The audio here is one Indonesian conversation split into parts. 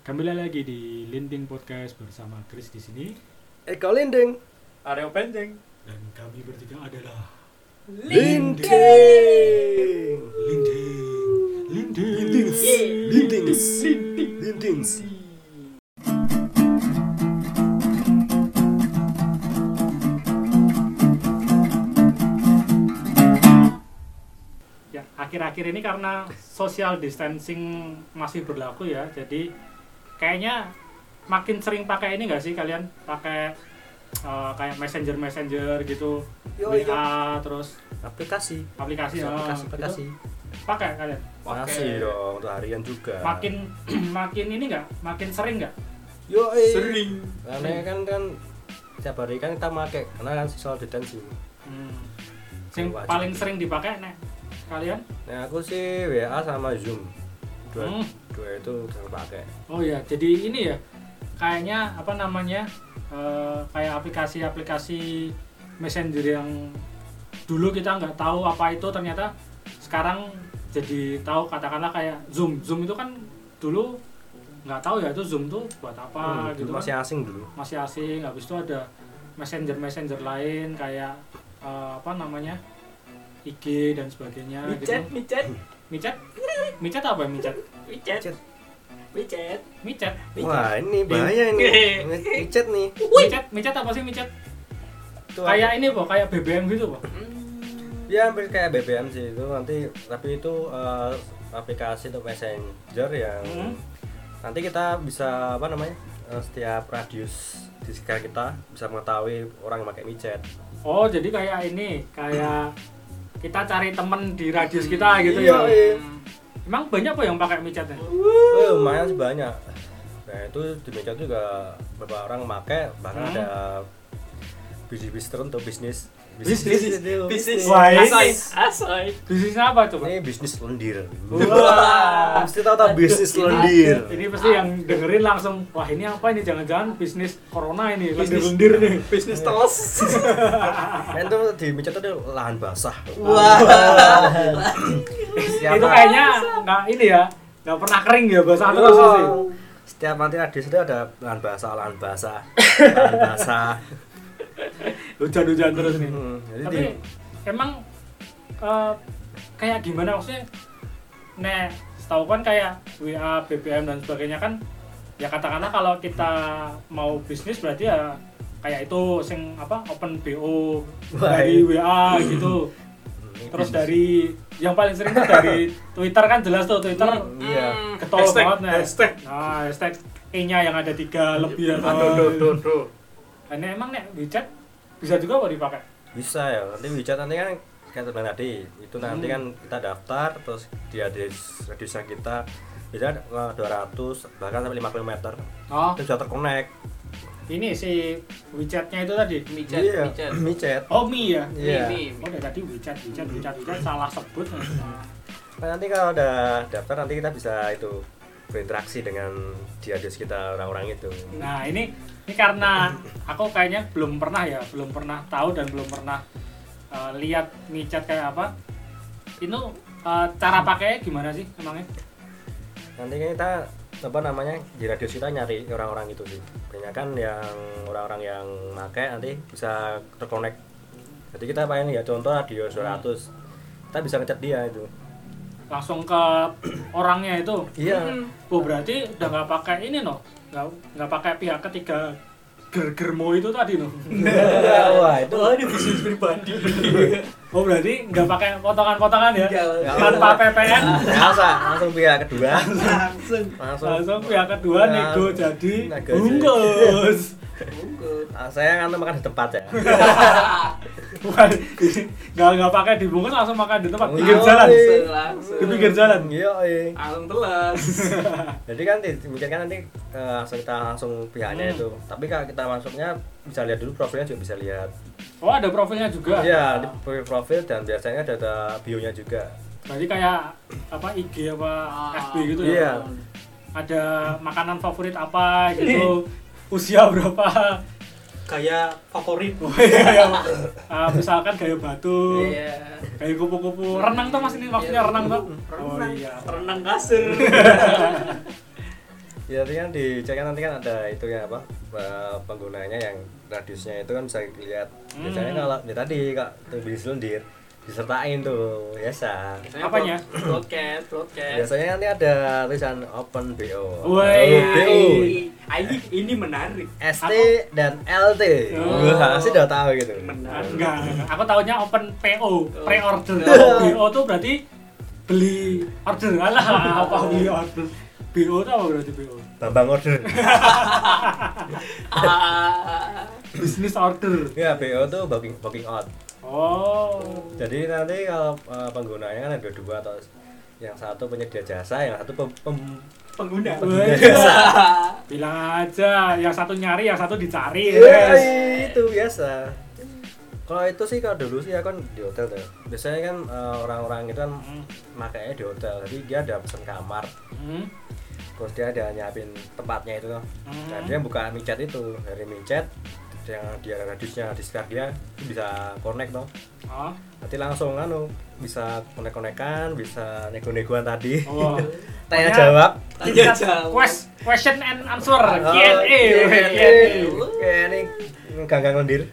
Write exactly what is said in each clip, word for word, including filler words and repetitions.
Kembali lagi di Linding Podcast bersama Chris di sini Eko Linding, Aryo Benjeng, dan kami bertiga adalah Linding, Linding, Linding, Linding, Linding. Ya, akhir-akhir ini karena social distancing masih berlaku ya, jadi kayaknya makin sering pakai ini nggak sih kalian? Pakai uh, kayak messenger messenger gitu, Yo, W A yo. terus Aplikasi, aplikasi, oh, aplikasi, gitu. aplikasi. Pakai kalian? Masih dong untuk harian juga. Makin makin ini nggak? Makin sering nggak? Yo, sering. Karena kan kan tiap hari kan kita pakai karena kan social distancing. Hmm. Sing Wajib. paling sering dipakai nek kalian? Nah aku sih W A sama Zoom. Dua, Hmm. dua itu selalu pakai. Oh ya, jadi ini ya, kayaknya apa namanya, eh, kayak aplikasi-aplikasi messenger yang dulu kita nggak tahu apa itu, ternyata sekarang jadi tahu. Katakanlah kayak Zoom, Zoom itu kan dulu nggak tahu ya itu Zoom tuh buat apa Hmm, gitu dulu masih kan, asing dulu. masih asing. Habis itu ada messenger-messenger lain kayak eh, apa namanya, I G dan sebagainya Micet, gitu. micet, Micet? Micet apa ya micet? micet, micet. Micet? Wah ini bahaya ini. Micet nih. Micet? Micet apa sih micet? Itu Kayak ini po, kayak B B M gitu po. ya hampir kayak B B M sih itu nanti, tapi itu eh, aplikasi untuk messenger yang Hmm. nanti kita bisa apa namanya eh, setiap radius di sekitar kita bisa mengetahui orang yang pakai micet. Oh, jadi kayak ini, kayak kita cari temen di radius kita gitu Iya, ya. iya. Emang banyak po yang pakai micetnya? Oh, lumayan sih banyak. Nah itu di micet juga beberapa orang pakai, bahkan Hmm. ada bisnis tertentu bisnis Bisnis? itu Bisnis, Wah, asoy, bisnis. asoy. Bisnisnya apa coba? ini bisnis lendir. Wah. Mesti tahu tahu bisnis Aduh, lendir. Ini pasti yang dengerin langsung, wah ini apa ini? Jangan-jangan bisnis corona ini, Bisnis- lendir-lendir nih. Bisnis teles. Nah, itu di micet itu ada lahan basah. Wah. Setiap Itu kayaknya nggak ini ya, nggak pernah kering ya, basah terus Oh. sih. Setiap nanti radius itu ada lahan basah, lahan basah, lahan basah. Hujan-hujan terus nih. Hmm, jadi Tapi di- emang eh, kayak gimana maksudnya? Nek, setahu kan kayak W A, B B M dan sebagainya kan, ya katakanlah kalau kita mau bisnis berarti ya kayak itu sing apa open B O Wah, dari iya. W A gitu. Hmm, Terus bisnis. dari yang paling sering tuh dari Twitter kan jelas tuh Twitter Iya. getol Hashtag, banget nih. hashtag. Nah, hashtag E-nya yang ada tiga lebih atau. Aduh, duh, duh, duh. Ini emang nek WeChat bisa juga mau dipakai? Bisa ya, nanti WeChat nanti kan kayak teman tadi itu nanti Hmm. kan kita daftar terus di radius radiusnya kita bisa dua ratus bahkan sampai lima kilometer Oh, itu sudah terkonek. ini si WeChat-nya itu tadi. Micet, Iya, micet. micet. Oh, Mi ya. Iya. Mi, mi. Oh, dari tadi WeChat, WeChat, WeChat, WeChat salah sebut. Nah, nanti kalau udah daftar nanti kita bisa itu berinteraksi dengan di radius kita orang-orang itu. Nah, ini ini karena aku kayaknya belum pernah ya, belum pernah tahu dan belum pernah uh, lihat WeChat kayak apa. Itu uh, cara pakainya gimana sih emangnya? Nanti kan kita apa namanya di radius kita nyari orang-orang itu sih. Banyak kan yang orang-orang yang pakai nanti bisa terkonek. Jadi kita pengen ya contoh radius dua ratus. Kita bisa ngechat dia itu. Langsung ke orangnya itu. Iya. Oh, berarti udah nggak pakai ini no, nggak nggak pakai pihak ketiga gergermo itu tadi no. Wah, itu Oh, ini bisnis pribadi. Oh, berarti nggak pakai potongan-potongan ya, Nggak. tanpa P P N, biasa langsung pihak kedua. Langsung. Langsung. langsung pihak kedua Nah, nego jadi nego bungkus. Bungkus. Ah, saya kan makan di tempat ya. Bukan, nggak nggak pakai dibungkus, langsung makan di tempat pinggir Iya, jalan, iya. Langsung, langsung. di pinggir jalan. Iya, iya. Langsung teles. Jadi kan di- mungkin kan nanti eh, langsung kita langsung pihaknya Hmm. itu. Tapi kalau kita masuknya bisa lihat dulu profilnya juga bisa lihat. Oh, ada profilnya juga. Iya, di profil profil dan biasanya ada, ada bio-nya juga. Berarti kayak apa I G apa F B gitu Iya. ya. Ada makanan favorit apa gitu, usia berapa. Kayak favorit. Oh, iya, iya. Ah, misalkan gaya batu, Iya. kayak kupu-kupu, renang tuh mas ini maksudnya renang tuh. Oh Renang. iya. Renang kasur. Ya Jadi kan dicek kan nanti kan ada itu ya apa eh, penggunanya yang radiusnya itu kan bisa dilihat. Biasanya Hmm. kalau ya tadi kak tuh beli selendir disertain tuh biasa. Apanya? Broadcast, broadcast. Biasanya nanti ada tulisan open B O. Woi. Oh, B O. Ini ini menarik. S T dan L T. Oh. Wah, sih udah tahu gitu. Menarik. Enggak, aku taunya open P O, pre-order. Oh. B O tuh berarti beli order. Alah, apa beli order? B O itu apa berarti B O? Bambang order. Ah, Business order. Ya, B O tuh booking booking out. Oh. Jadi nanti kalau uh, penggunanya kan ada dua atau yang satu penyedia jasa, yang satu pem, pem- pengguna. Wah, biasa. bilang aja, yang satu nyari, yang satu dicari. Ya, Wes. itu biasa. Kalau itu sih kalau dulu sih ya kan di hotel tuh. Biasanya kan uh, orang-orang itu kan Hmm. makanya di hotel. Jadi dia ada pesen kamar, Hmm. terus dia ada nyiapin tempatnya itu tuh. Hmm. Dan dia buka micet itu, dari micet yang dia radiusnya di sekitar dia itu bisa connect tuh. Oh. Nanti langsung anu bisa konek-konekan, bisa nego-negoan tadi. Oh. Tanya Pokoknya jawab. Tanya jawab. Quest, question and answer, Q and A. Oh, Q and A. Kayak ini ganggang lendir.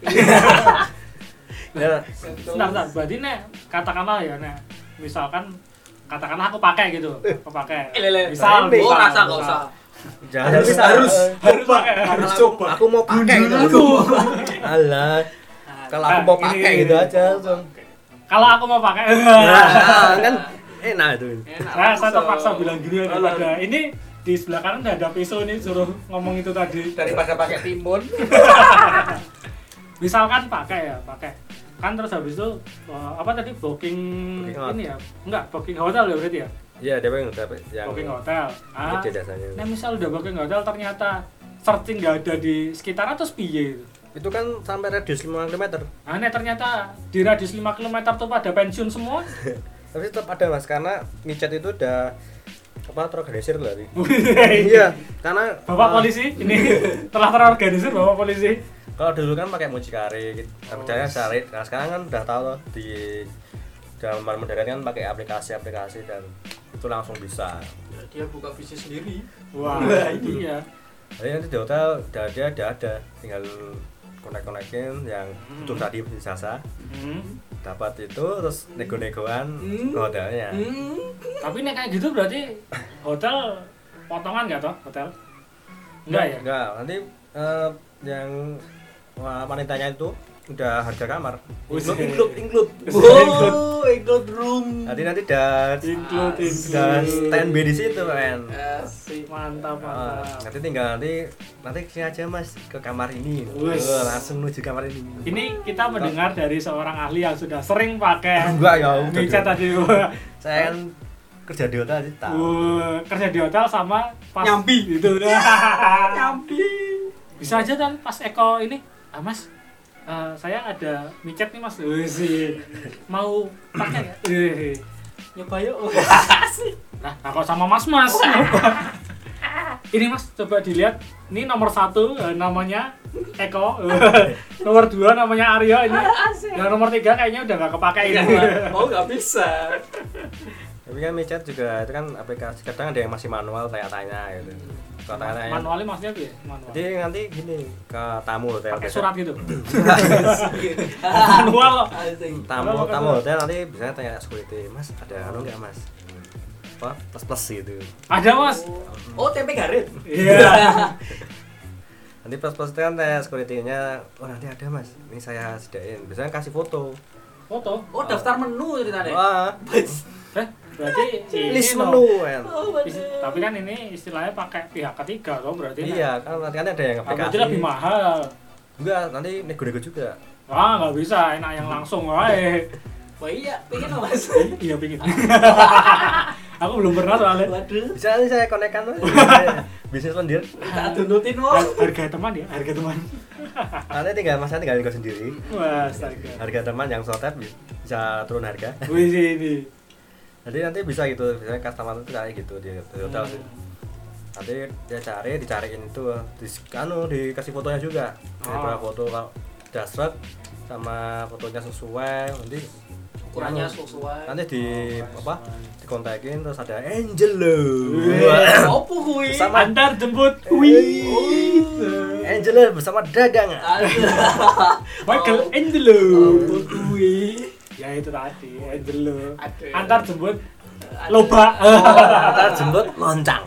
Ya, Bentar, bentar. Berarti nek katakanlah ya nek misalkan katakanlah aku pakai gitu. Aku pakai. Eh, lele. Misal, Oh, misal, rasa misal. enggak usah. jangan Harus, bisa. harus. Harus pakai, harus Kalau coba. Aku mau pakai gitu. Aduh. Alah, kalau aku Nah, mau ini, pakai ini, gitu ini. aja langsung. Kalau aku mau pakai. Nah, kan enak itu. Enak. Nah, saya langsung. terpaksa bilang gini Alah. daripada ini di sebelah kanan udah ada pisau nih suruh ngomong itu tadi. Daripada pakai timun. Misalkan pakai ya, pakai. Kan terus habis itu eh, apa tadi booking, Booking out. ini ya? Enggak, booking hotel ya berarti ya? Iya, dia pengen dapat yang Booking hotel. Ah. penyedia jasanya. Nah, misal udah booking hotel ternyata searching nggak ada di sekitar atau piye itu. Itu kan sampai radius lima kilometer. Ah, nih ternyata di radius lima kilometer tuh pada pensiun semua. Tapi tetap ada Mas karena micet itu udah apa terorganisir lah tadi. Iya, karena Bapak uh, polisi ini telah terorganisir Bapak polisi. kalau dulu kan pakai mucikari gitu. Oh, Percaya yes. sarit. Nah, sekarang kan udah tahu loh di dalam modern kan pakai aplikasi-aplikasi dan itu langsung bisa. Dia buka bisnis sendiri. Wah, Wah, itu ya. Jadi nanti di hotel udah dia udah ada, tinggal konek-konekin yang Hmm. butuh tadi jasa, Hmm. dapat itu terus nego-negoan Hmm. ke hotelnya. Hmm. Tapi nih kayak gitu berarti hotel potongan nggak toh hotel? Enggak ya? Enggak, nanti eh, yang wah, wanitanya itu udah harga kamar. Include, include, include. Include. Oh, include room. Nanti nanti udah Include, udah include. standby di situ kan. Asik. Mantap, Ah, mantap. nanti tinggal nanti nanti sini aja Mas ke kamar ini. Wes. Oh, langsung menuju kamar ini. Ini kita mendengar dari seorang ahli yang sudah sering pakai Enggak ya, udah micet dulu. tadi. Saya kan kerja di hotel sih tahu. Uh, kerja di hotel sama pas Nyambi. gitu. Nyambi. Bisa aja kan pas Eko ini, ah Mas, eh, saya ada micet nih Mas. Wih sih, mau pakai ya? Eh, Nyoba yuk. Nah, nah kalau sama Mas Mas, ini Mas coba dilihat. Ini nomor satu eh, namanya Eko, nomor dua namanya Aryo ini. Yang nomor tiga kayaknya udah nggak kepake ini. Oh, nggak bisa. Tapi kan micet juga itu kan aplikasi kadang ada yang masih manual tanya-tanya gitu. Kalau tanya-tanya. Manualnya maksudnya apa ya? Manual. Jadi nanti gini ke tamu hotel. Pakai biasa. surat gitu. Manual loh. Asik. Tamu Kalau pakai tamu surat. hotel nanti biasanya tanya security, Mas ada anu nggak Mas? Apa plus plus gitu. Ada Mas. Oh, tempe garet. Iya. Nanti plus plus itu kan tanya security-nya, oh nanti ada Mas, ini saya sediain. Biasanya kasih foto. Foto. Oh, daftar menu ceritanya. Wah, Eh, berarti ini list loh. menu kan. Oh, Is- Tapi kan ini istilahnya pakai pihak ketiga loh berarti. Iya, kan nanti kan ada yang Nah, berarti aplikasi. lebih mahal. Enggak, nanti nego-nego juga. Wah, nggak bisa, enak yang langsung wae. Wah iya, pengen nggak mas? Iya pingin. Aku belum pernah soalnya. Waduh, Bisa nanti saya konekkan Mas. Bisnis lendir. tak tunutin mas. Har- Harga teman ya, harga teman. Nanti tinggal Mas tinggal nego sendiri. Wah, astaga. Harga teman yang shortcut bi- bisa turun harga. Wih ini. Jadi nanti bisa gitu, biasanya customer itu kayak gitu di, di hotel sih. Nanti dia cari, dicariin itu, di anu dikasih fotonya juga. Jadi Oh. berapa foto kalau udah seret sama fotonya sesuai, nanti Ukurannya anu, sesuai. nanti di apa? Dikontakin terus ada Angel loh. Wih. Opo kuwi? bersama antar jemput. Wih. Angela bersama dagangan. Michael Oh. Angelo. Oh, wih. Ya itu tadi Angelo. Aduh. Antar jemput loba. Antar jemput loncang.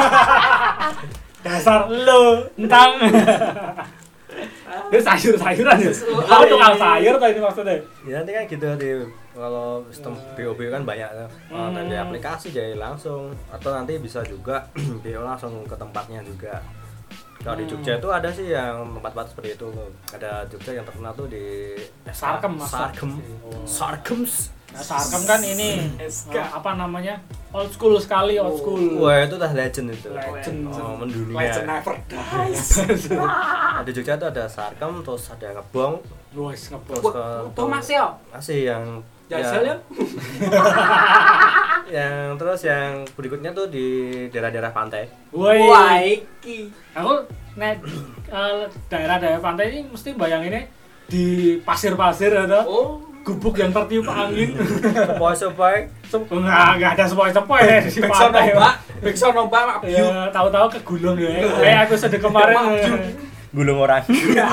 Dasar lo entang. Ini sayur-sayuran ya. Aku tukang sayur tadi maksudnya. Ya nanti kan gitu di kalau sistem B O B kan banyak ya. Oh, Hmm. dari aplikasi jadi langsung atau nanti bisa juga B O langsung ke tempatnya juga. Kalau di Hmm. Jogja itu ada sih yang tempat-tempat seperti itu. Ada Jogja yang terkenal tuh di Sarkem, Mas. Sarkem. Oh. Sarkems. Nah, Sarkem kan ini S K. eh, apa namanya? Old school sekali, old school. Wah, itu udah legend itu. Legend. Oh, mendunia. Legend never dies. Nah, di Jogja itu ada Sarkem, terus ada Ngebong, Wes ngebos. terus ke Tuh Mas yo. masih yang Jasel ya. yang terus yang berikutnya tuh di daerah-daerah pantai. Woi. Wah, iki. Aku nek eh, daerah-daerah pantai ini mesti bayanginnya di pasir-pasir ada Oh, gubuk yang tertiup angin. Sepoi-sepoi, Sep- Nggak, nggak ada sepoi-sepoi ya di Bekso pantai. nombak, bekso nombak mak biu. Ya, tahu-tahu kegulung ya. Kayak aku sedek kemarin. gulung orang.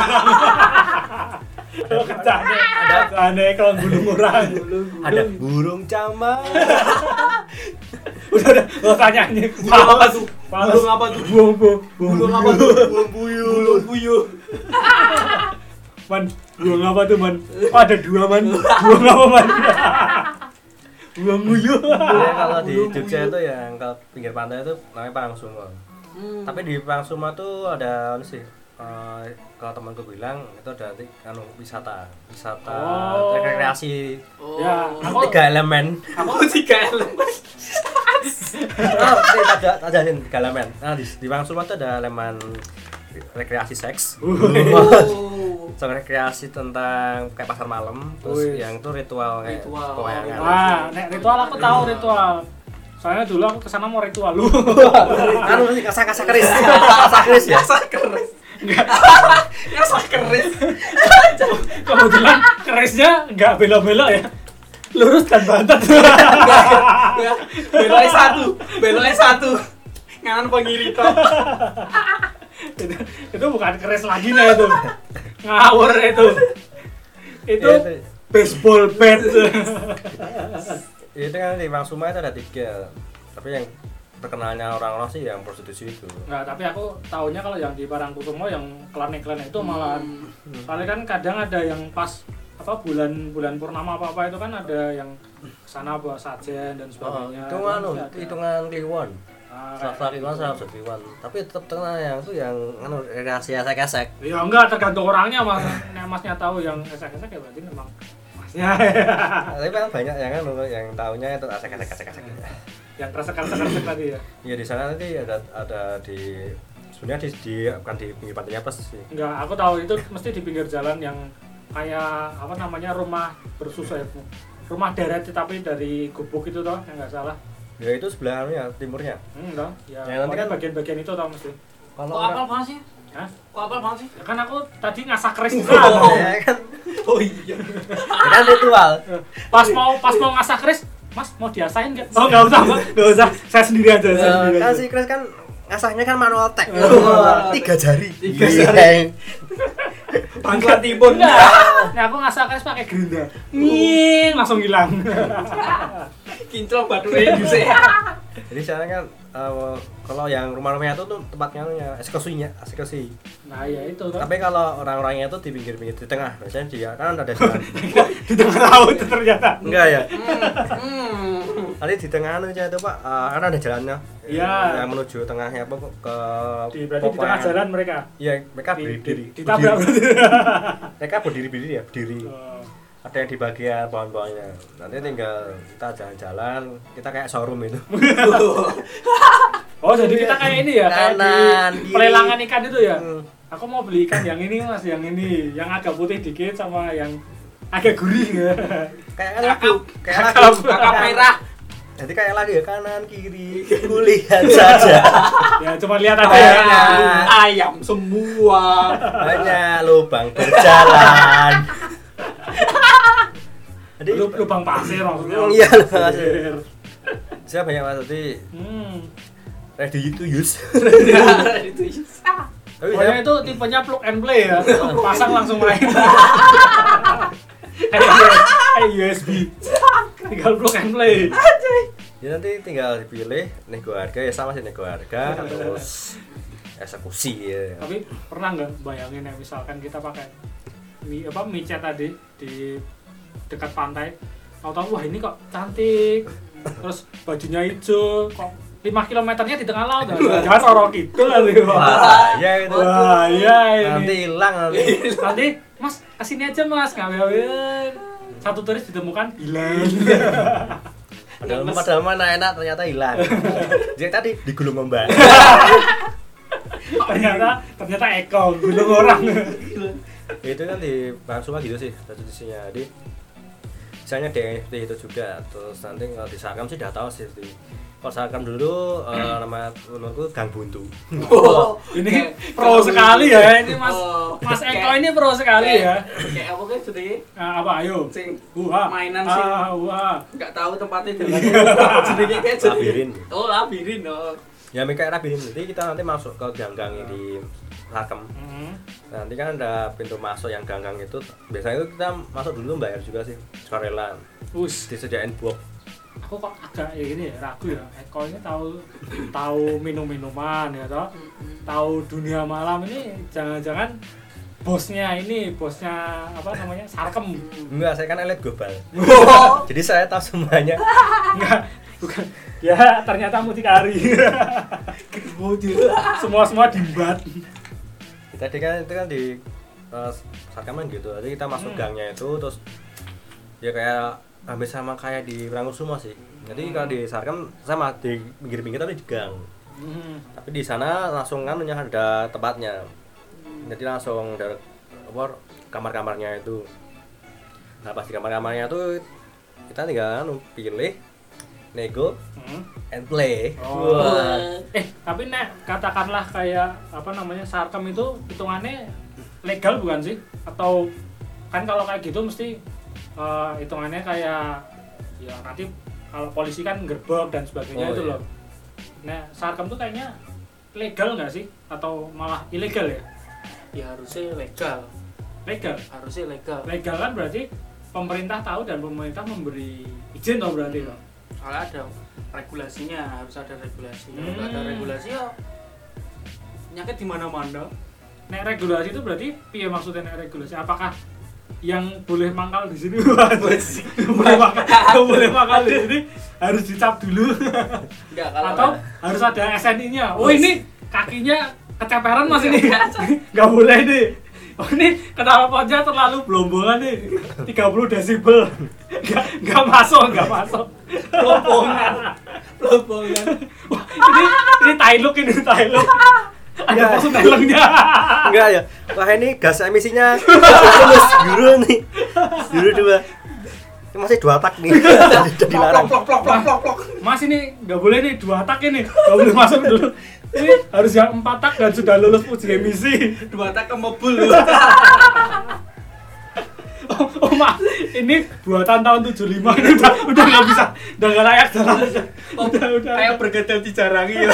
Kalau kecane, ada aneh kalau gulung orang. Ada burung camar. Udah udah, gak usah nyanyi. Bulung apa tuh? Males. Bulung apa tuh? Buang buang. Bulung apa tuh? Bulung puyuh. Bulung puyuh. Man, buang apa tuh man? Oh, ada dua man. Buang apa man? Buang buyuh. Ya, kalau di Jogja itu yang ke pinggir pantai itu namanya Parangsumo. Hmm. Tapi di Parangsumo tuh ada anu sih. eh, kalau temanku bilang itu ada ti- anu wisata, wisata Oh. rekreasi Oh. Ya, aku tiga elemen. Aku tiga elemen. Oh, ini ada ada sih tiga elemen. Nah, di di Parangsumo tuh ada elemen rekreasi seks. Oh. So, rekreasi tentang kayak pasar malam, terus Wih. yang itu ritual kayak Ritual. pewayangan. Wah, nek ritual aku tahu ritual. Soalnya dulu aku kesana mau ritual lu. Anu mesti kasak-kasak keris. Kasak keris ya. Kasak keris. Kasak keris. Kebetulan kerisnya nggak belok-belok ya. Lurus dan bantet. Ya, beloknya satu, beloknya satu. Nganan pengirito. itu, itu bukan keris lagi nah itu. Ngawur itu. Itu Ya, itu- baseball bat. Itu kan di Parangsumo itu ada tiga. Tapi yang terkenalnya orang-orang sih yang prostitusi itu. Nggak, tapi aku taunya kalau yang di Parangkusumo yang klan-klan itu malah soalnya kan kadang ada yang pas apa bulan bulan purnama apa apa itu kan ada yang kesana bawa sajen dan Oh, sebagainya. itu anu, masih ada. hitungan kliwon. Nah, Salah kayak- kliwon, salah kliwon. Tapi tetap terkenal yang itu yang anu rekreasi esek-esek. Ya enggak tergantung orangnya mas. Nek masnya tahu yang esek-esek ya berarti memang masnya Tapi kan banyak yang anu yang taunya itu esek-esek-esek-esek. yang kresek-kresek tadi ya. Iya di sana nanti ada ada di sebenarnya di, di bukan di pinggir pantainya pas sih. Enggak, aku tahu itu mesti di pinggir jalan yang kayak apa namanya rumah bersusun ya, Bu. Rumah deret tapi dari gubuk itu toh, yang enggak salah. Ya itu sebelah anu ya timurnya. Hmm, toh. Ya, Ya, nanti pokoknya kan- bagian-bagian itu toh mesti. Kalau Kok apal banget sih? Hah? Kok apal banget sih? Ya kan aku tadi ngasak keris Oh, juga. ya kan, Oh iya. ya kan ritual. Pas mau pas mau ngasak keris, Mas mau diasain enggak? Oh, enggak usah, Pak. Enggak usah. Saya sendiri aja, saya Eh, sendiri kan aja. si Chris kan ngasahnya kan manual tech. Oh. Tiga jari. Tiga jari. Bangsa timbun. Enggak. Nah, aku ngasak keris pakai gerinda. Nying, langsung hilang. Kinclong baturnya dhisik. Jadi sekarang kan eh, kalau yang rumah-rumahnya itu tuh tempatnya ya eksekusinya, eksekusi. Nah, ya itu toh. Tapi kalau orang-orangnya itu di pinggir-pinggir di tengah, biasanya dia kan ada jalan. Di tengah laut ternyata. Enggak ya. Hmm. Nanti di tengah aja itu Pak, eh, kan ada jalannya. Iya. Yang menuju tengahnya apa ke Di berarti di tengah pepohonan. jalan mereka. Iya, mereka Di- berdiri. di- ditabrak berarti. Mereka berdiri-berdiri ya, berdiri. Oh. Ada yang di bagian pohon-pohonnya. Nanti tinggal kita jalan-jalan, kita kayak showroom itu. Oh, jadi kita kayak ini ya, kayak Kanan, di kiri. pelelangan ikan itu ya. Hmm. Aku mau beli ikan yang ini Mas, yang ini, yang agak putih dikit sama yang agak gurih ya. Kayak kan lagu, kayak Kakap. lagu. Kakap merah. Jadi kayak lagi ya kanan kiri, kulihat saja. Ya cuma lihat aja Oh, ya. iya. Ayam semua. Hanya lubang berjalan. Jadi Lu lubang pasir maksudnya. Hmm, iya, lubang pasir. saya banyak mas, jadi Hmm. ready to use. Ya, itu. Tapi Pokoknya saya itu tipenya plug and play ya. Pasang langsung main. Kayak U S B. Tinggal plug and play. ya nanti tinggal dipilih nego harga ya sama sih nego harga terus eksekusi ya. Tapi pernah nggak bayangin ya misalkan kita pakai mi apa micet tadi di dekat pantai, tahu-tahu wah ini kok cantik, terus bajunya hijau, kok lima kilometernya di tengah laut, jangan sorok gitu nanti. Bahaya itu. Bahaya ini. Nanti hilang nanti. Nanti mas kesini aja mas, ngawe-ngawe. Satu turis ditemukan hilang. Padahal padahal mana enak ternyata hilang. Jadi tadi digulung ombak. ternyata ternyata Eko gulung orang. Itu kan di Bangsuwa gitu sih tradisinya. Jadi misalnya D N F T itu juga, terus nanti kalau di Sarkam sih udah tahu sih. Kalau Sarkam dulu uh, nama menurutku Gang Buntu. Oh, Ini pro sekali ya ini mas Oh, Mas Eko kayak- ini pro sekali ya. Kayak apa kayak jadi Nah, apa ayo? sing Wah, mainan sing ah, wah. nggak tahu tempatnya di mana. Jadi kayak jadi. Labirin. Oh, labirin oh. Ya kayak labirin. Jadi kita nanti masuk ke gang-gang di Sarkam. Hmm. Nanti kan ada pintu masuk yang gang-gang itu. Biasanya itu kita masuk dulu bayar juga sih, sukarela. Us, Disediain box. aku kok agak ya gini ya ragu ya. Eko ini tahu tahu minum-minuman ya toh. Tahu dunia malam ini jangan-jangan bosnya ini, bosnya apa namanya? Sarkem. Enggak, saya kan elit global. Oh. Jadi saya tahu semuanya. Enggak, bukan. Ya, ternyata mucikari. Semua-semua dimbat. Tadi kan itu kan di uh, Sarkaman gitu. Jadi kita masuk Hmm. gangnya itu terus ya kayak hampir sama kayak di Rangkusumo sih. Jadi Hmm. kalau di Sarkam sama di pinggir-pinggir tapi di gang. Hmm. Tapi di sana langsung kan ada tempatnya. Jadi langsung dari apa kamar-kamarnya itu. Nah pas di kamar-kamarnya tuh kita tinggal anu, pilih, nego, Hmm. and play. Oh. Wah. Eh, tapi nek katakanlah kayak apa namanya Sarkem itu hitungannya legal bukan sih? Atau kan kalau kayak gitu mesti eh, hitungannya kayak ya nanti kalau polisi kan gerbek dan sebagainya Oh, itu iya. loh. Nah, Sarkem tuh kayaknya legal nggak sih? Atau malah ilegal ya? Ya harusnya legal. Legal. Harusnya legal. Legal kan berarti pemerintah tahu dan pemerintah memberi izin toh berarti toh. Soalnya ada regulasinya, harus ada regulasinya. Hmm. Kalau ada regulasi ya nyakit di mana-mana. Nek regulasi itu berarti piye maksudnya nek regulasi? Apakah yang boleh mangkal di sini boleh mangkal, yang boleh mangkal di sini harus dicap dulu Enggak kalau atau harus ada S N I-nya? Oh ini kakinya keceperan mas ini, nggak boleh nih. Oh ini knalpotnya terlalu belombongan nih, tiga puluh desibel, nggak nggak masuk nggak masuk. Pelombongan. Pelombongan. Wah, ini ini tailuk ini tailuk. Ada Ya. pos tailuknya. Enggak ya. Wah ini gas emisinya terus biru nih. Biru dua. Ini masih dua tak nih. Jadi dilarang. Plok plok plok plok plok. Mas ini nggak boleh nih dua tak ini, nggak boleh masuk dulu. Ini harus yang empat tak dan sudah lulus uji emisi. Dua tak ke mobil. Oh, oh maaf, ini buatan tahun tujuh puluh lima ini udah udah nggak bisa, udah nggak layak jalan. Udah udah. Kayak bergadang dijarangi ya.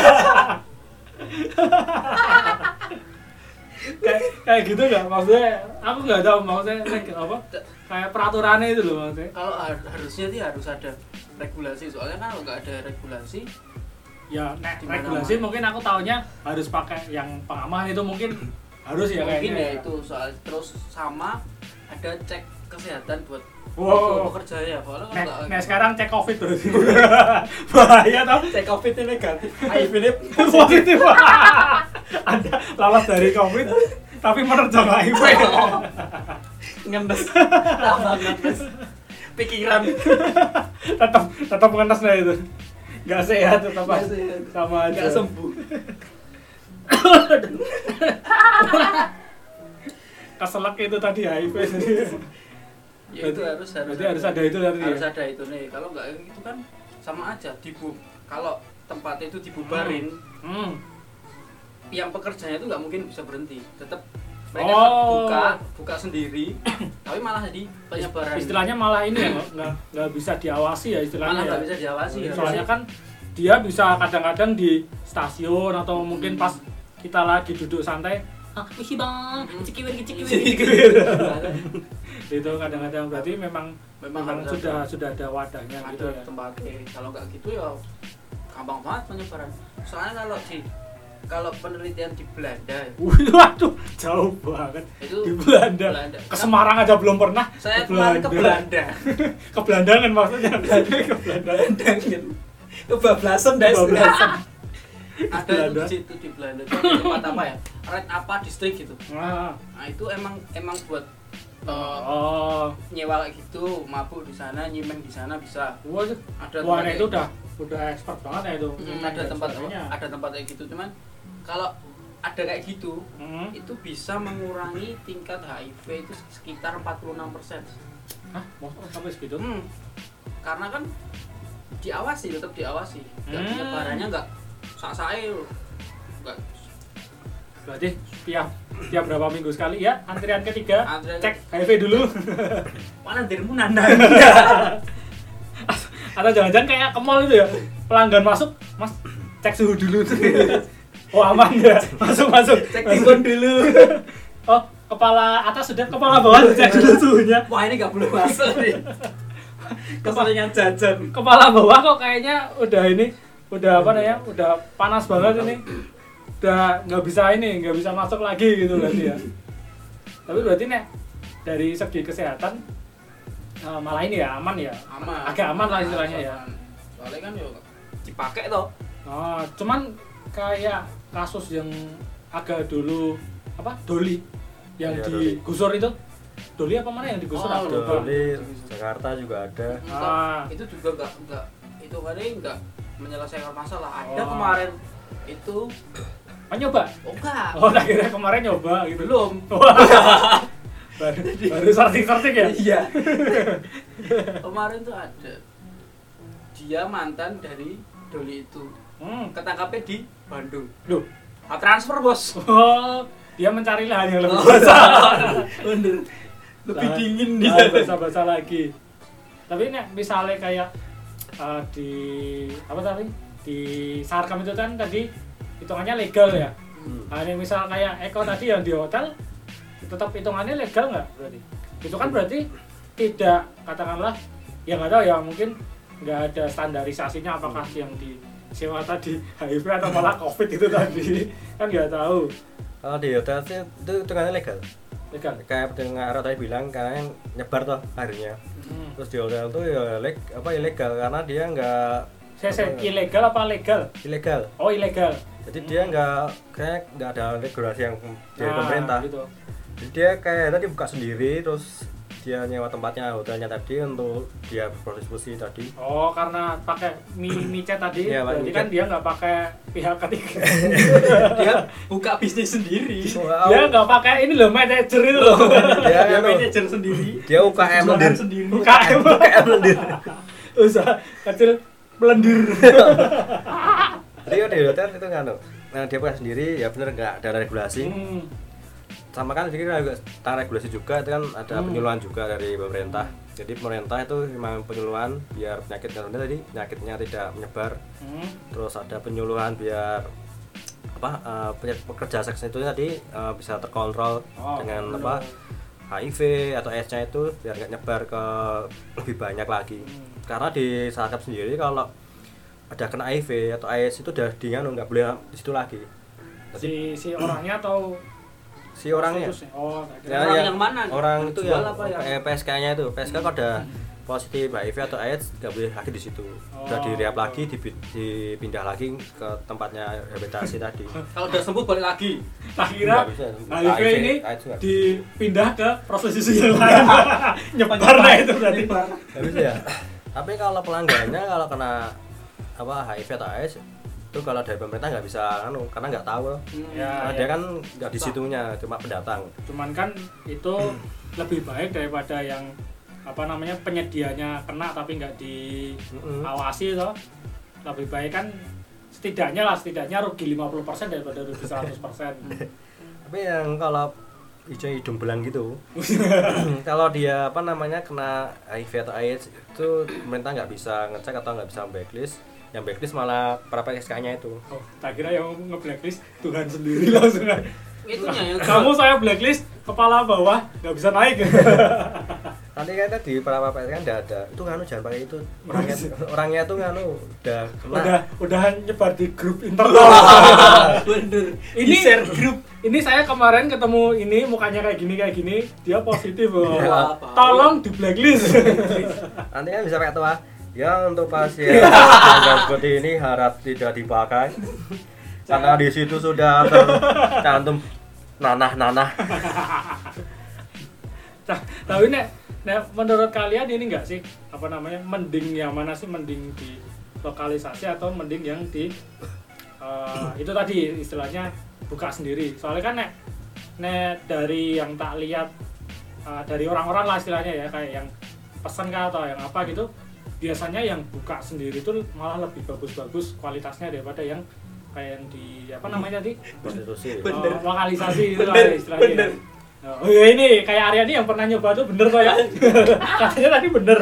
kayak kayak gitu nggak maksudnya? Aku nggak tahu maksudnya kayak apa? Kayak peraturannya itu loh maksudnya. Kalau har- harusnya sih harus ada regulasi. Soalnya kan kalau nggak ada regulasi, Ya nek Di mana-mana. regulasi mungkin aku taunya harus pakai yang pengaman itu mungkin harus ya mungkin kayaknya. ya itu soal terus sama ada cek kesehatan buat Wow. pekerja ya. Soalnya kalau Nek, nggak nek sekarang cek covid berarti bahaya tau. cek covid ini negatif, H I V ini Positif. Ada lolos dari covid tapi menerjang H I V. ngenes, tambah ngenes, pikiran. tetap tetap ngenes nah itu. Nggak sehat tetap Nggak sehat. sama aja. Nggak sembuh. Keselak itu tadi H I V. Ya itu harus harus berarti harus ada itu tadi. harus ya? ada itu nih. Kalau nggak itu kan sama aja dibu. Kalau tempat itu dibubarin, Hmm. yang pekerjanya itu nggak mungkin bisa berhenti. Tetap mereka Oh. tetap buka buka sendiri, tapi malah jadi penyebaran. Istilahnya malah ini ya nggak nggak nggak bisa diawasi ya istilahnya. malah ya. nggak bisa diawasi. Soalnya kan dia bisa kadang-kadang di stasiun atau mungkin pas kita lagi duduk santai, ah wih bang, cikiwir cikiwir cikiwir. Itu kadang-kadang berarti memang memang, memang sudah ada, sudah ada wadahnya ada gitu ya. tempatnya. Kalau nggak gitu ya gampang banget penyebaran. Soalnya kalau di kalau penelitian di Belanda Wih, waduh, jauh banget. itu Di Belanda. Belanda. Ke Semarang aja belum pernah. Saya kemarin ke Belanda. Ke Belandangan maksudnya. Ke Belandangan. Kebablasan dah. Kebablasan. Ada itu di situ di Belanda itu ada tempat apa ya? Red apa distrik gitu. Nah, Nah, itu emang emang buat uh, oh, nyewa kayak gitu, mabuk di sana, nyimeng di sana bisa. wah, Ada wah, tempat itu kayak- udah udah expert banget ya itu. Hmm, Dan ada tempat sebagainya. ada tempat kayak gitu, cuman kalau ada kayak gitu Hmm. itu bisa mengurangi tingkat H I V itu sekitar empat puluh enam persen. Hah, mau sampai segitu? Hmm. Karena kan diawasi, tetap diawasi. Enggak Hmm. penyebarannya enggak sak-sake loh. Enggak Berarti tiap tiap berapa minggu sekali ya antrian ketiga Antrian- cek H I V dulu. mana dirimu nandang. Atau jangan-jangan kayak ke mall itu ya, pelanggan masuk, Mas cek suhu dulu. Oh aman ya, masuk masuk. Cek Masuk. timbun dulu. Oh kepala atas sudah, kepala bawah cek dulu suhunya. Wah, ini enggak boleh masuk nih. Keseringan jajan. Kepala bawah kok kayaknya udah ini, udah apa namanya, udah panas banget ini, udah nggak bisa ini, nggak bisa masuk lagi gitu berarti ya. Tapi berarti nek dari segi kesehatan uh, malah ini ya aman ya. Aman. Agak aman lah istilahnya ya. Soalnya kan yo dipakai toh. Oh, cuman kayak kasus yang agak dulu apa Doli yang Iya, digusur itu, Doli apa mana yang digusur? Oh, Aku lupa. Doli, Jakarta juga ada. Ah. Itu juga enggak enggak itu kan enggak menyelesaikan masalah. Ada Oh. kemarin itu Oh, nyoba? oh enggak. Oh, tak kira kemarin nyoba gitu. Belum. baru baru searching-searching ya? Iya. Kemarin tuh ada dia mantan dari Doli itu. Hmm. Ketangkapnya di Bandung. Loh. Ah, transfer, Bos. Oh, dia mencari lahan yang lebih Oh, basah. Bener. Lebih Lahan- dingin di lahan sana. basah-basah lagi. Tapi nek misalnya kayak uh, di apa tadi? Di Sarkam itu kan tadi hitungannya legal ya. Hmm. Nah, ini misal kayak Eko tadi yang di hotel tetap hitungannya legal nggak berarti? Itu kan berarti tidak, katakanlah ya nggak tahu ya, mungkin nggak ada standarisasinya apakah yang di sewa tadi H I V atau malah COVID itu tadi kan nggak tahu. Kalau di hotel sih itu hitungannya legal. Legal. Kayak pendengar tadi bilang kalian nyebar toh harinya. Hmm. Terus di hotel tuh ya leg apa ilegal karena dia nggak Saya, saya apa, ilegal apa legal? ilegal. Oh ilegal. Jadi dia nggak kayak nggak ada regulasi yang dari Nah, pemerintah. Gitu. Jadi dia kayak tadi buka sendiri terus dia nyewa tempatnya hotelnya tadi untuk dia berprostitusi tadi. Oh karena pakai mi micet tadi, Iya, berarti micet. kan dia nggak pakai pihak ketiga. Dia buka bisnis sendiri. Wow. Dia nggak pakai ini loh manajer itu loh. Dia Dia anu, manajer sendiri. dia U K M Jualan lendir. sendiri. U K M. U K M lendir. Usaha kecil melendir. Jadi di hotel itu kan nah dia buka sendiri ya bener nggak ada regulasi. Hmm. Sama kan jadi juga tentang regulasi juga itu kan ada Hmm. penyuluhan juga dari pemerintah. Jadi pemerintah itu memang penyuluhan biar penyakit kan tadi penyakitnya tidak menyebar. Hmm. Terus ada penyuluhan biar apa eh, pe- pekerja seks itu tadi eh, bisa terkontrol Oh, dengan bener. apa H I V atau AIDS-nya itu biar nggak nyebar ke lebih banyak lagi. Hmm. Karena di Sarkap sendiri kalau ada kena H I V atau AIDS itu udah di anu nggak boleh di situ lagi. Si si orangnya atau Si orangnya. prostitusi? Oh, tak Ya, kira. Orang ya, yang mana? Orang Yang itu jual ya apa yang- eh, P S K-nya itu. P S K kalau ada positif H I V atau AIDS nggak boleh lagi di situ. Udah Oh, di rehab gitu. lagi, dipi- dipindah lagi ke tempatnya rehabilitasi tadi. Kalau udah sembuh balik lagi. Tak kira Nggak bisa. H I V ini AIDS juga. dipindah ke prostitusi yang lain. Nyebar lah itu berarti. Nggak bisa ya. Tapi kalau pelanggannya kalau kena apa H I V atau AIDS itu kalau dari pemerintah nggak bisa anu karena nggak tahu. Ya, Karena ya. dia kan nggak di situnya, cuma pendatang. Cuman kan itu lebih baik daripada yang apa namanya penyedianya kena tapi nggak diawasi toh. Lebih baik kan setidaknya lah setidaknya rugi lima puluh persen daripada rugi seratus persen. Tapi yang kalau hijau hidung belang gitu kalau dia apa namanya kena H I V atau AIDS itu pemerintah nggak bisa ngecek atau nggak bisa blacklist. yang blacklist malah para P S K-nya itu. Oh, tak kira yang nge-blacklist Tuhan sendiri langsung. Itunya yang Kamu saya blacklist kepala bawah nggak bisa naik. Nanti kan tadi para P S K kan udah ada. Itu nganu jangan pakai itu. Orangnya orangnya tuh nganu udah kena. Udah udah nyebar di grup internal. bener. Ini share grup. Ini saya kemarin ketemu ini mukanya kayak gini kayak gini, dia positif. Oh. Ya, Tolong di blacklist. Nanti kan bisa pakai tuh ah. Ya untuk pasien yang seperti ini harap tidak dipakai karena di situ sudah tercantum nanah-nanah. Nah, tapi nek, nek menurut kalian ini enggak sih apa namanya mending yang mana sih, mending di lokalisasi atau mending yang di uh, itu tadi istilahnya buka sendiri? Soalnya kan nek nek dari yang tak lihat uh, dari orang-orang lah istilahnya ya kayak yang pesan kah atau yang apa gitu, biasanya yang buka sendiri itu malah lebih bagus-bagus kualitasnya daripada yang kayak yang di apa namanya tadi Prostitusi. uh, lokalisasi itu lah istilahnya. Oh ya ini kayak Aryani yang pernah nyoba tuh bener kok ya. Katanya tadi bener.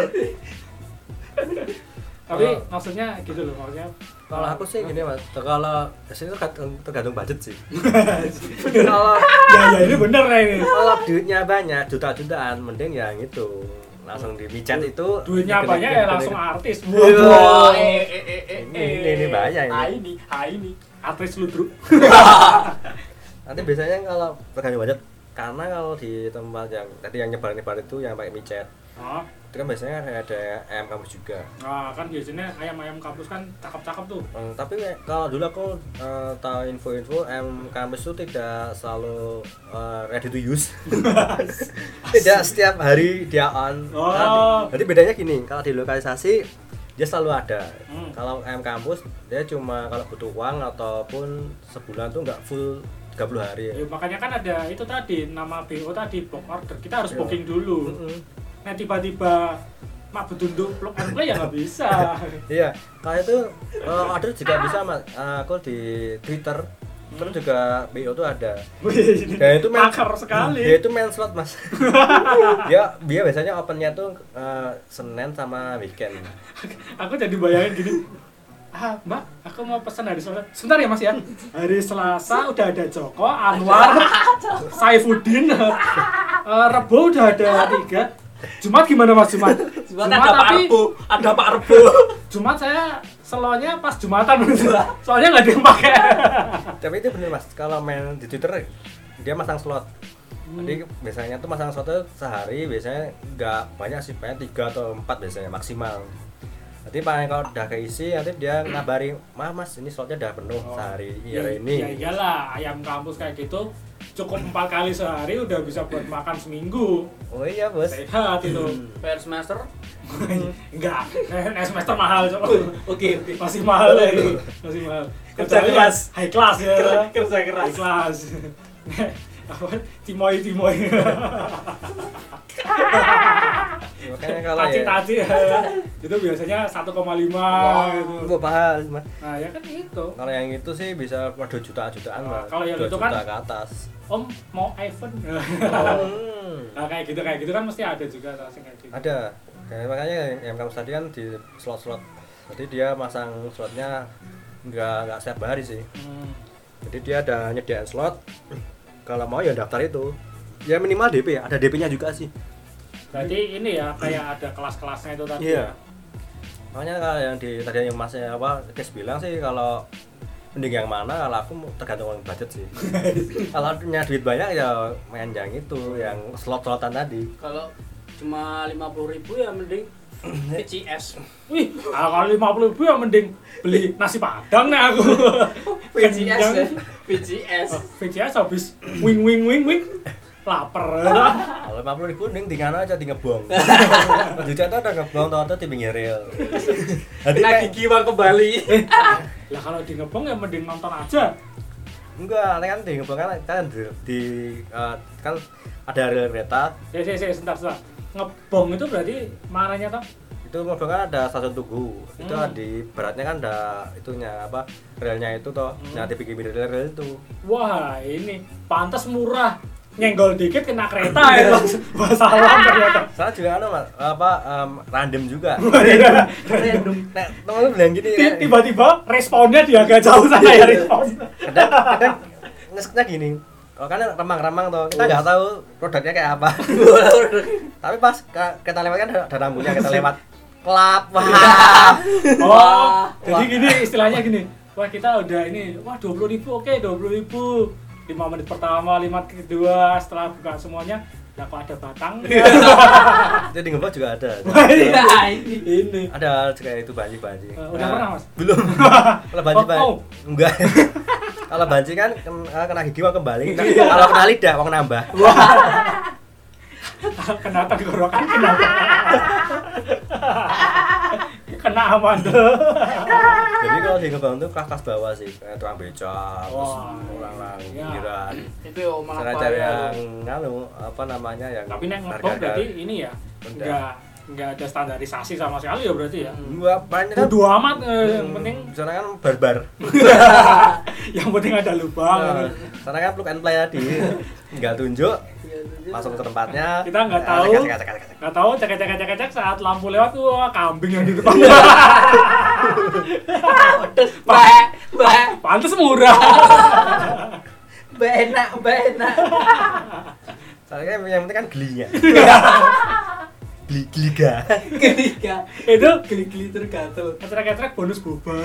Tapi Oh. maksudnya gitu loh, maksudnya Kalau aku sih gini mas, kalau kesini tergantung, tergantung budget sih. Kalau ya ya ini bener nih ini. kalau duitnya banyak juta-jutaan, mending yang itu langsung di micet itu. Duitnya gede- banyak gede- ya langsung gede- artis. Iya. Wah, eh eh eh eh Ini, ini, ini bahaya ini. Ah ini, ah ini. artis ludruk. Nanti biasanya kalau tergantung budget, karena kalau di tempat yang tadi yang nyebar-nyebar itu yang pakai micet, Oh, itu kan biasanya ada ayam kampus juga. nah kan biasanya ayam-ayam kampus kan cakep-cakep tuh. Hmm, tapi kayak kalau dulu aku uh, tahu info-info ayam kampus itu tidak selalu uh, ready to use. Tidak setiap hari dia on. Oh. Nah, jadi bedanya gini, kalau di lokalisasi dia selalu ada. Hmm. Kalau ayam kampus dia cuma kalau butuh uang ataupun sebulan tuh nggak full tiga puluh hari. Ya, makanya kan ada itu tadi nama B O tadi book order. Kita harus Iya. booking dulu. Mm-mm. Nah tiba-tiba mak betunduk plug and play ya nggak bisa. Iya, kalau itu uh, order juga bisa mas. Uh, aku di Twitter terus juga B O tuh ada. Wih, ini Ya, itu men- makar sekali. Dia itu main slot mas. dia dia biasanya opennya tuh uh, Senin sama weekend. Aku jadi bayangin gini. Ah, Mbak, aku mau pesan hari Selasa. Sebentar ya, Mas ya. Hari Selasa udah ada Joko, Anwar, Saifuddin. Uh, Rebo udah ada tiga. Jumat gimana Mas Jumat? Jumat ada Pak tapi Rebo, ada Pak Rebo. Jumat saya slownya pas Jumatan. Soalnya nggak ada yang pakai. Tapi itu bener mas, kalau main di Twitter dia masang slot. Jadi biasanya tuh masang slot tuh sehari biasanya nggak banyak sih, banyak tiga atau empat biasanya maksimal. Nanti paling kalau udah keisi nanti dia ngabari, "Mah Mas, ini slotnya udah penuh Oh. sehari Ya, iya ini." ya iyalah, ayam kampus kayak gitu cukup empat kali sehari udah bisa buat makan seminggu. Oh iya, Bos. Sehat itu. P R semester Enggak, eh, semester mahal coba. Oke, oke. Masih mahal lagi, masih mahal. Kerja Kecuali keras. high class ya. Kerja keras. High class. Apa? Timoy timoy. Makanya kalau ya Taci-taci ya. Itu biasanya satu koma lima gitu. Wah, mahal, Mas. Nah, ya kan itu. Kalau yang itu sih bisa waduh jutaan-jutaan, Nah, Mas. kalau yang dua itu juta kan- ke atas. Om mau iPhone. Hmm. Nah, kayak gitu kayak gitu kan mesti ada juga tasing kayak gitu. Ada. Kayak makanya yang, yang kamu tadi kan di slot-slot. Jadi dia masang slotnya nggak nggak setiap hari sih. Hmm. Jadi dia ada nyediain slot. Kalau mau ya daftar itu. Ya minimal D P ya, ada D P-nya juga sih. Berarti ini ya kayak ada kelas-kelasnya itu tadi. Iya. Ya. Makanya kalau yang di tadi yang Masnya apa Kes bilang sih kalau mending yang mana, kalau aku tergantung budget sih. Kalau punya duit banyak ya main yang itu, yang slot-slotan tadi. kalau cuma lima puluh ribu ya mending V C S. Wih, ah, kalau lima puluh ribu ya mending beli nasi padang nih aku. V C S ya. V C S. Oh, V C S habis wing wing wing wing lapar. Kalau lima puluh ribu mending tinggal aja di ngebong. Juga tuh ada ngebong atau di pinggir rel. Jadi Lagi kayak- giwa kembali. Lah kalau di ngebong ya mending nonton aja. enggak, kan di ngebong kan kan di, di uh, kan ada rel kereta. Ya, ya, ya, sebentar, sebentar. Ngebong itu berarti mananya toh? Itu ngebong kan ada stasiun Tugu. Itu Hmm. di baratnya kan ada itunya apa? Relnya itu toh. Hmm. Nah, di pinggir rel rel itu. Wah, ini pantas murah. nyenggol dikit kena kereta ya langsung masalah ternyata. Soalnya juga anu Mas, apa um, random juga. Random. Nek temen bilang gini Ti- kan, Tiba-tiba responnya dia agak jauh sana ya respon. kadang kadang ngeseknya gini. Kalau kan remang-remang tuh, kita nggak tahu produknya kayak apa. Tapi pas ka- kita lewat kan ada, ada rambunya, kita lewat kelap. Wah. Oh, jadi gini istilahnya gini. Wah, kita udah ini, wah dua puluh ribu, oke dua puluh ribu. lima menit pertama, lima menit kedua, setelah buka semuanya, ya kok ada batang. Jadi ngebot juga ada. Nah, ini. Ini. Ada juga itu banci-banci. Eh, udah pernah, Mas? Belum. Kalau banci Oh, banci. oh. Enggak. Kalau banci kan kena, kena gigi mau kembali. Nah, kalau kena lidah mau nambah. Kena tenggorokan kenapa? Kena amandel. Jadi kalau di ngebang tuh kelas-kelas bawah sih, kayak tukang becak, terus Wah. orang-orang Iya. pinggiran. Itu ya malah Cara bahaya. cari yang nganu apa namanya yang Tapi nek ngebom harga-harga berarti ini ya, rendah. enggak enggak ada standarisasi sama sekali ya berarti ya. Gua banyak kan. Bodo amat, eh, yang penting Sana kan barbar. yang penting ada lubang. Nah, sana kan plug and play tadi. Enggak tunjuk, langsung ke tempatnya. Kita nggak Nah, tahu. cek, cek, cek, cek, cek. Nggak tahu cek cek cek cek saat lampu lewat tuh wah, kambing yang di depan. Mbak, mbak, Pantes murah. mbak enak, mbak enak. Soalnya yang penting kan gelinya. Geli geliga. Ketiga, Itu geli-geli tergatel. ketrek-ketrek bonus boba.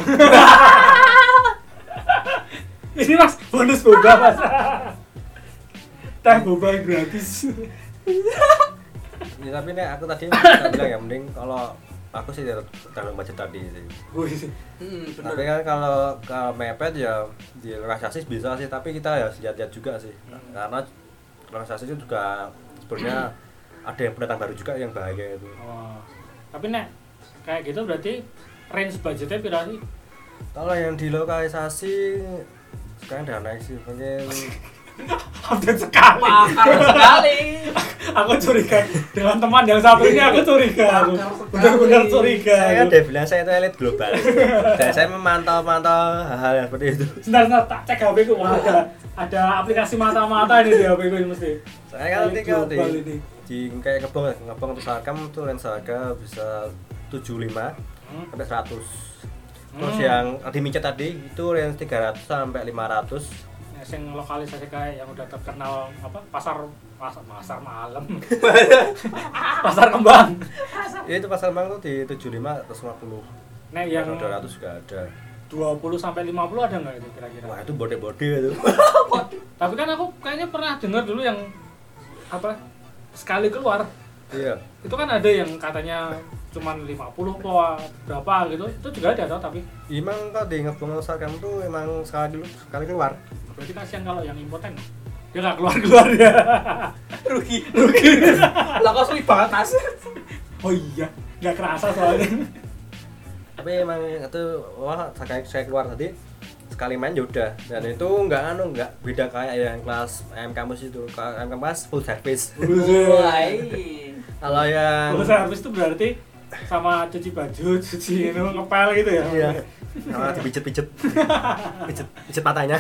Ini Mas, bonus boba Mas. Teh boba gratis. Ya tapi nih aku tadi bisa bilang ya mending kalau aku sih dalam budget tadi sih. Wih, Hmm, Tapi bener. kan kalau kalau mepet ya di lokasi bisa sih, tapi kita ya lihat-lihat juga sih. Karena lokasi itu juga sebenarnya ada yang pendatang baru juga yang bahaya itu. Oh. Tapi nek kayak gitu berarti range budgetnya berapa sih? Kalau yang di lokalisasi sekarang udah naik sih, mungkin Update sekali. Makar sekali. Aku curiga dengan teman yang satu ini aku curiga. Aku Makar sekali. benar-benar curiga. saya kan udah bilang saya itu elit global. Dan saya memantau-mantau hal-hal yang seperti itu. Sebentar, sebentar, tak cek H P ku. Wah, ada ada aplikasi mata-mata ini di H P ku ini mesti. Saya kan nanti kalau di, Global ini. di kayak ngebong ngebong terus harga tuh range harga bisa tujuh puluh lima Hmm. sampai seratus. Terus Hmm. yang di micet tadi itu range tiga ratus sampai lima ratus. Nah, sing lokalisasi kayak yang udah terkenal apa pasar pasar pasar malam. Pasar kembang. Ya, itu pasar bang tuh di tujuh puluh lima atau lima puluh. Nah, yang dua ratus juga ada. dua puluh sampai lima puluh ada nggak itu kira-kira? Wah, itu bode-bode itu. Tapi kan aku kayaknya pernah dengar dulu yang apa sekali keluar Iya. itu kan ada yang katanya cuman lima puluh apa berapa gitu, itu juga ada tau, tapi Emang kalau di ngebong sarkam tuh emang sekali dulu sekali keluar. berarti kasihan kalau yang impoten dia nggak keluar keluar ya. Rugi. Rugi. Lah kok sulit banget tas. Oh iya, nggak kerasa soalnya. Tapi emang itu wah saya, saya keluar tadi sekali main ya udah, dan itu nggak anu nggak beda kayak yang kelas M kampus itu. Kalau M kampus full service. Wah. Kalau yang Kalau servis itu berarti sama cuci baju, cuci itu ngepel gitu ya. iya, sama dipijet-pijet, pijet pijet matanya.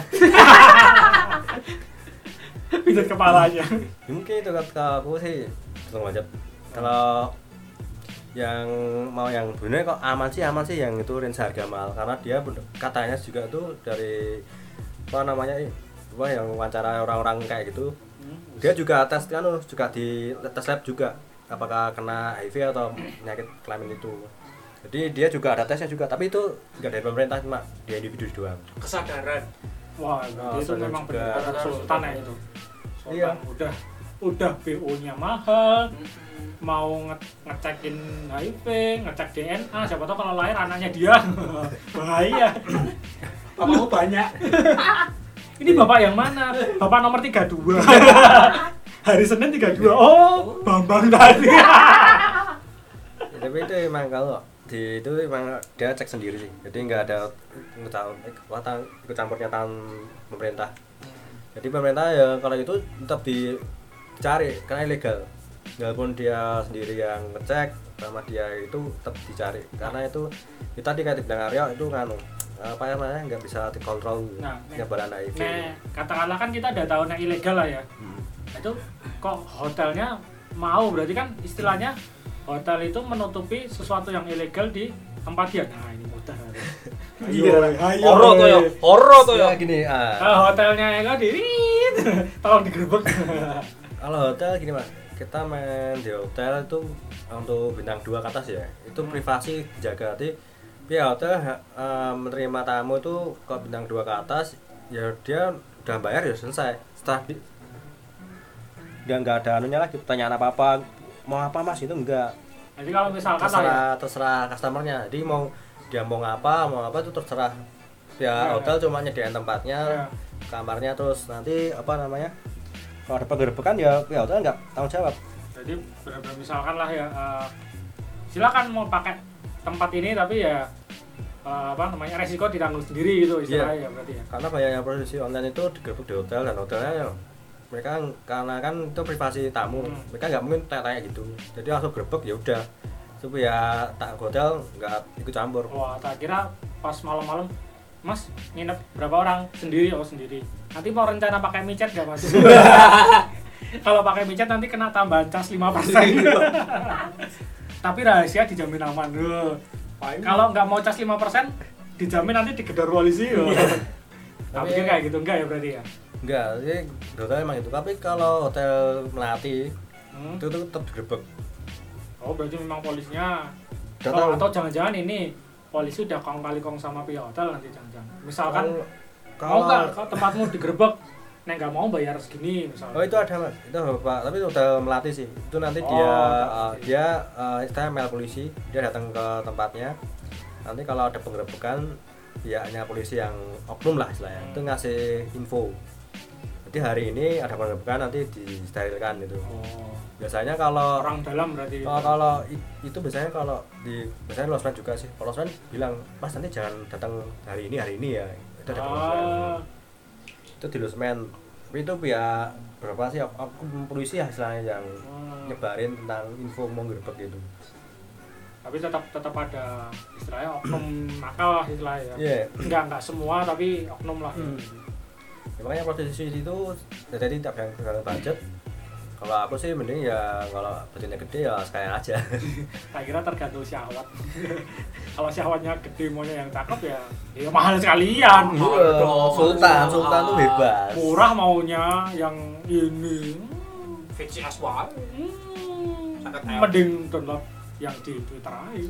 Pijet kepalanya. Ya, mungkin itu kata aku sih langsung aja. Kalau yang mau yang bener kok aman sih aman sih yang itu range harga mahal, karena dia bener- katanya juga tuh dari apa namanya wah yang wawancara orang-orang kayak gitu, dia juga tes kan juga di tes lab juga apakah kena H I V atau penyakit kelamin itu. Jadi dia juga ada tesnya juga, tapi itu nggak dari pemerintah, cuma dia individu doang. Kesadaran. Wah, Oh, itu sadar memang juga. benar-benar sultan ya itu. Sultan Iya. udah udah B O-nya mahal, Mm-mm. mau nge- ngecekin H I V, ngecek D N A, siapa tahu kalau lahir anaknya dia. Bahaya. Kamu banyak. Ini bapak yang mana? Bapak nomor tiga puluh dua. Hari Senin tiga puluh dua. Oh, Bambang tadi. Ya, tapi itu emang kalau di itu emang dia cek sendiri sih, jadi nggak ada ikut campur ikut campurnya tangan pemerintah. Jadi pemerintah ya kalau itu tetap dicari karena ilegal, walaupun dia sendiri yang ngecek sama dia itu tetap dicari, karena itu kita di Kreatif dan Aryo itu kan apa namanya nggak bisa dikontrol Nah, nyebaran H I V. Nah, katakanlah kan kita udah tahu nek ilegal lah ya. Hmm. Itu kok hotelnya mau, berarti kan istilahnya hotel itu menutupi sesuatu yang ilegal di tempat dia. Nah ini mudah. Iya, horor to ya, horor to ya. Ya gini, ah. Kalau hotelnya ya diri, tolong digerebek. Kalau hotel gini Mas, kita main di hotel itu untuk bintang dua ke atas ya, itu privasi dijaga. Jadi pihak hotel uh, menerima tamu itu ke bintang dua ke atas, ya dia udah bayar ya selesai. Setelah di, dia nggak ada anunya lagi, pertanyaan apa apa, mau apa Mas itu enggak. Jadi kalau misalkan Terserah lah ya, terserah customernya. Jadi mau dia mau ngapa, mau apa itu terserah. Pihak Ya, hotel cuma nyediain tempatnya, Ya. kamarnya, terus nanti apa namanya? Kalau ada penggerebekan ya pihak hotel nggak tanggung jawab. jadi benar-benar misalkan lah ya, uh, silakan mau pakai tempat ini tapi ya uh, apa namanya resiko ditanggung sendiri gitu istilahnya ya berarti ya. Karena banyaknya produksi online itu digerebek di hotel, dan hotelnya ya mereka karena kan itu privasi tamu, Hmm. mereka nggak mungkin tanya-tanya gitu. Jadi langsung gerebek ya udah, supaya tak hotel nggak ikut campur. Wah, tak kira pas malam-malam, Mas nginep berapa orang? Sendiri, oh sendiri. Nanti mau rencana pakai micet nggak Mas? Kalau pakai micet nanti kena tambahan cas lima persen. Tapi rahasia dijamin aman. Loh. Kalau nggak mau cas lima persen, dijamin nanti digedor polisi. Loh. Tak pikir kayak gitu enggak ya berarti ya? Enggak, jadi di hotel emang itu. Tapi kalau hotel Melati Hmm? itu tuh tetap digerebek. Oh berarti memang polisinya. Udah Oh, tahu. atau jangan-jangan ini polisi udah kong kali kong sama pihak hotel nanti jangan-jangan. Misalkan Kalau- mau nggak kalau tempatmu digerebek, nek nggak mau bayar segini misalnya. Oh itu ada Mas, itu Bapak, tapi hotel Melati sih. Itu nanti Oh, dia Melati. uh, dia uh, istilahnya mail polisi, dia datang ke tempatnya. Nanti kalau ada penggerebekan, pihaknya polisi yang oknum lah istilahnya, Hmm. itu ngasih info. Jadi hari ini ada penggerebekan, nanti disterilkan gitu. Oh, Biasanya kalau orang dalam berarti. kalau, kalau i- itu biasanya kalau di biasanya losmen juga sih. Kalau losmen bilang, "Mas nanti jangan datang hari ini hari ini ya." Itu ada penggerebekan. Ah, Itu di losmen. Tapi itu pihak berapa sih aku polisi ya istilahnya yang hmm. nyebarin tentang info mau ngerebek gitu. Tapi tetap tetap ada istilahnya oknum nakal lah istilahnya. Iya. Enggak enggak semua tapi oknum lah. Hmm. Ya, makanya prostitusi itu jadi tidak tergantung budget. Kalau aku sih mending ya kalau budgetnya gede ya sekalian aja. Tak kira tergantung syahwat. Kalau syahwatnya gede maunya yang cakep ya, ya mahal sekalian. Iya, Sultan, Sultan tuh bebas. Murah maunya yang ini. Hmm, V C S wae. hmm, Sangat enak. mending download yang di Twitter aja.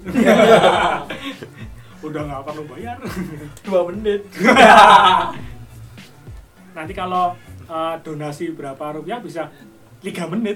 Udah nggak perlu bayar. dua menit. Nanti kalau uh, donasi berapa rupiah bisa tiga menit.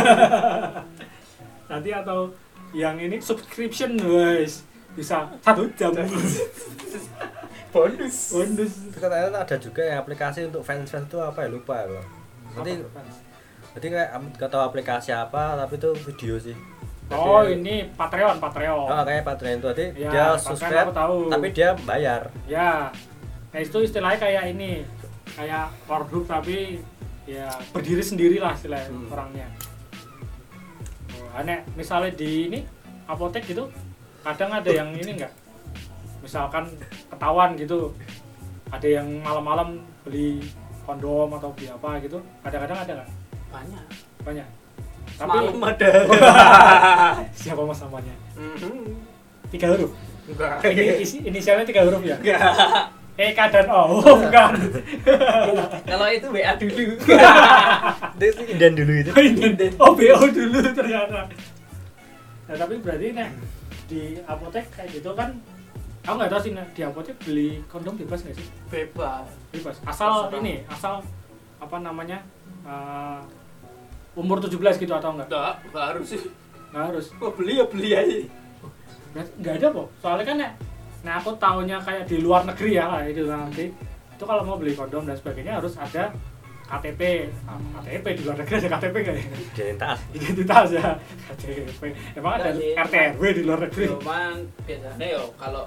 Nanti atau yang ini subscription guys bisa satu jam. Bonus. Bonus. Itu katanya ada juga yang aplikasi untuk fans-fans itu apa ya lupa ya loh. Nanti jadi kayak gak tahu aplikasi apa tapi itu video sih. Jadi- Oh ini Patreon, Patreon. Oh, kayak Patreon itu tadi Ya, dia Patreon subscribe aku tahu. tapi dia bayar. Ya, nah itu istilahnya kayak ini, kayak Pornhub tapi ya berdiri sendiri lah istilahnya Hmm. orangnya. Oh, aneh, misalnya di ini apotek gitu, kadang ada yang ini enggak, misalkan ketahuan gitu, ada yang malam-malam beli kondom atau beli apa gitu, kadang-kadang ada nggak? Banyak. Banyak. Semalam Tapi ada. siapa mas namanya? Mhm. Tiga huruf. Enggak. Ini isi- inisialnya tiga huruf ya? Enggak. E, K dan O, oh, bukan. Kalau itu W A dulu. Dan dulu itu. Oh, B O dulu ternyata. Nah, tapi berarti nih di apotek kayak gitu kan, aku nggak tahu sih Nek, di apotek beli kondom bebas nggak sih? Bebas. Bebas. Asal Terserah. ini, asal apa namanya uh, umur tujuh belas gitu atau enggak? Enggak, enggak harus sih. Nggak harus. Mau beli ya beli aja. Berarti nggak ada kok. Soalnya kan Nek, nah aku taunya kayak di luar negeri ya lah itu nanti. Itu kalau mau beli kondom dan sebagainya harus ada K T P. Ah, K T P di luar negeri ada K T P nggak ya? Identitas. Identitas ya. K T P. Emang ada Enggak sih. R T R W di luar negeri? Cuman biasanya yo kalau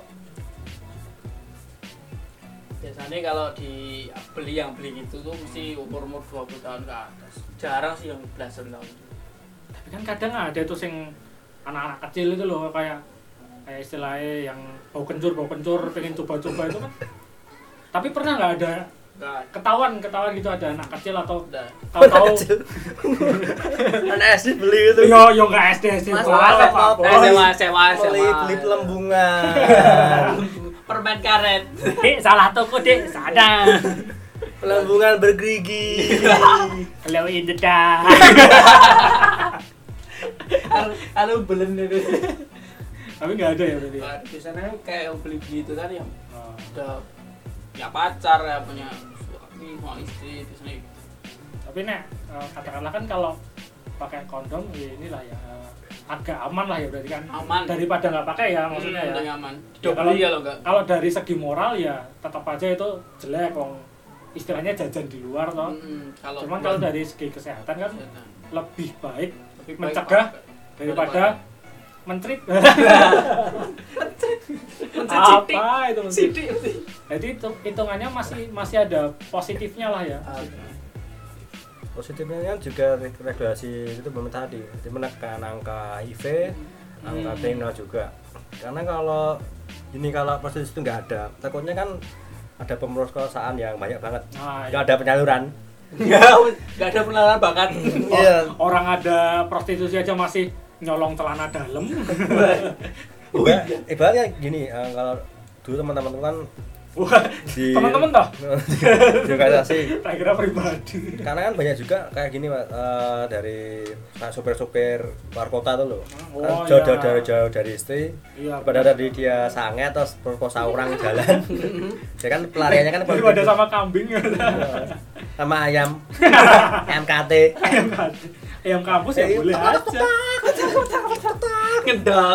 biasanya kalau di beli yang beli gitu tuh mesti umur-umur dua puluh tahun ke atas. Jarang sih yang belasan tahun. Tapi kan kadang ada tuh sing anak-anak kecil itu loh kayak kayak istilahnya yang bau kencur bau kencur pengen coba-coba itu kan. Tapi pernah nggak ada Enggak. Ketahuan, ketahuan gitu ada anak kecil atau Udah. tahu-tahu. Anak S D beli itu. Yo yo enggak S D S D. Mas, Pak. Pak, Pak. S M A, S M A, S M A. Beli beli pelembungan. Permen karet. Dek, salah toko, Dek. Sana. Pelembungan bergerigi. Hello in the dark. Halo belen itu. Tapi enggak ada ya berarti. Biasanya kayak yang beli gitu kan yang Oh. udah punya pacar ya, punya suami, punya istri di sini. Tapi nek eh, katakanlah kan kalau pakai kondom ya inilah ya eh, agak aman lah ya berarti kan. Aman. Daripada nggak pakai ya maksudnya Hmm, udah ya. nyaman. Ya, kalau Dobeli kalau enggak. kalau dari segi moral ya tetap aja itu jelek wong istilahnya jajan di luar toh. Hmm, kalau Cuman kalau dari segi kesehatan kan kesehatan. lebih baik Lebih baik mencegah pakai. daripada mentrit. Mencicipi. Apa itu mentrit? Sidik. Jadi itu hitungannya masih masih ada positifnya lah ya. Positifnya kan juga regulasi itu belum tadi, jadi menekan angka H I V, angka Hmm. kriminal juga. Karena kalau ini kalau proses itu nggak ada, takutnya kan ada pemerkosaan yang banyak banget, Nah, nggak ada penyaluran. Enggak, enggak ada penalaran bakat. Iya. orang ada prostitusi aja masih nyolong celana dalam. Iya. Ibaratnya gini, eh, kalau dulu teman-teman kan Wah, di teman-teman toh? di organisasi, Tak kira pribadi. karena kan banyak juga kayak gini Mas, eh, dari kayak sopir-sopir luar kota tuh loh, Oh, kan jauh, jauh iya. dari jauh dari istri, Iya. pada dari dia sange terus perkosa orang jalan. Ya kan pelariannya kan Daripada sama kambing. sama ayam M K T. Ayam kan. Ayam kampus ya boleh aja. Ngedak.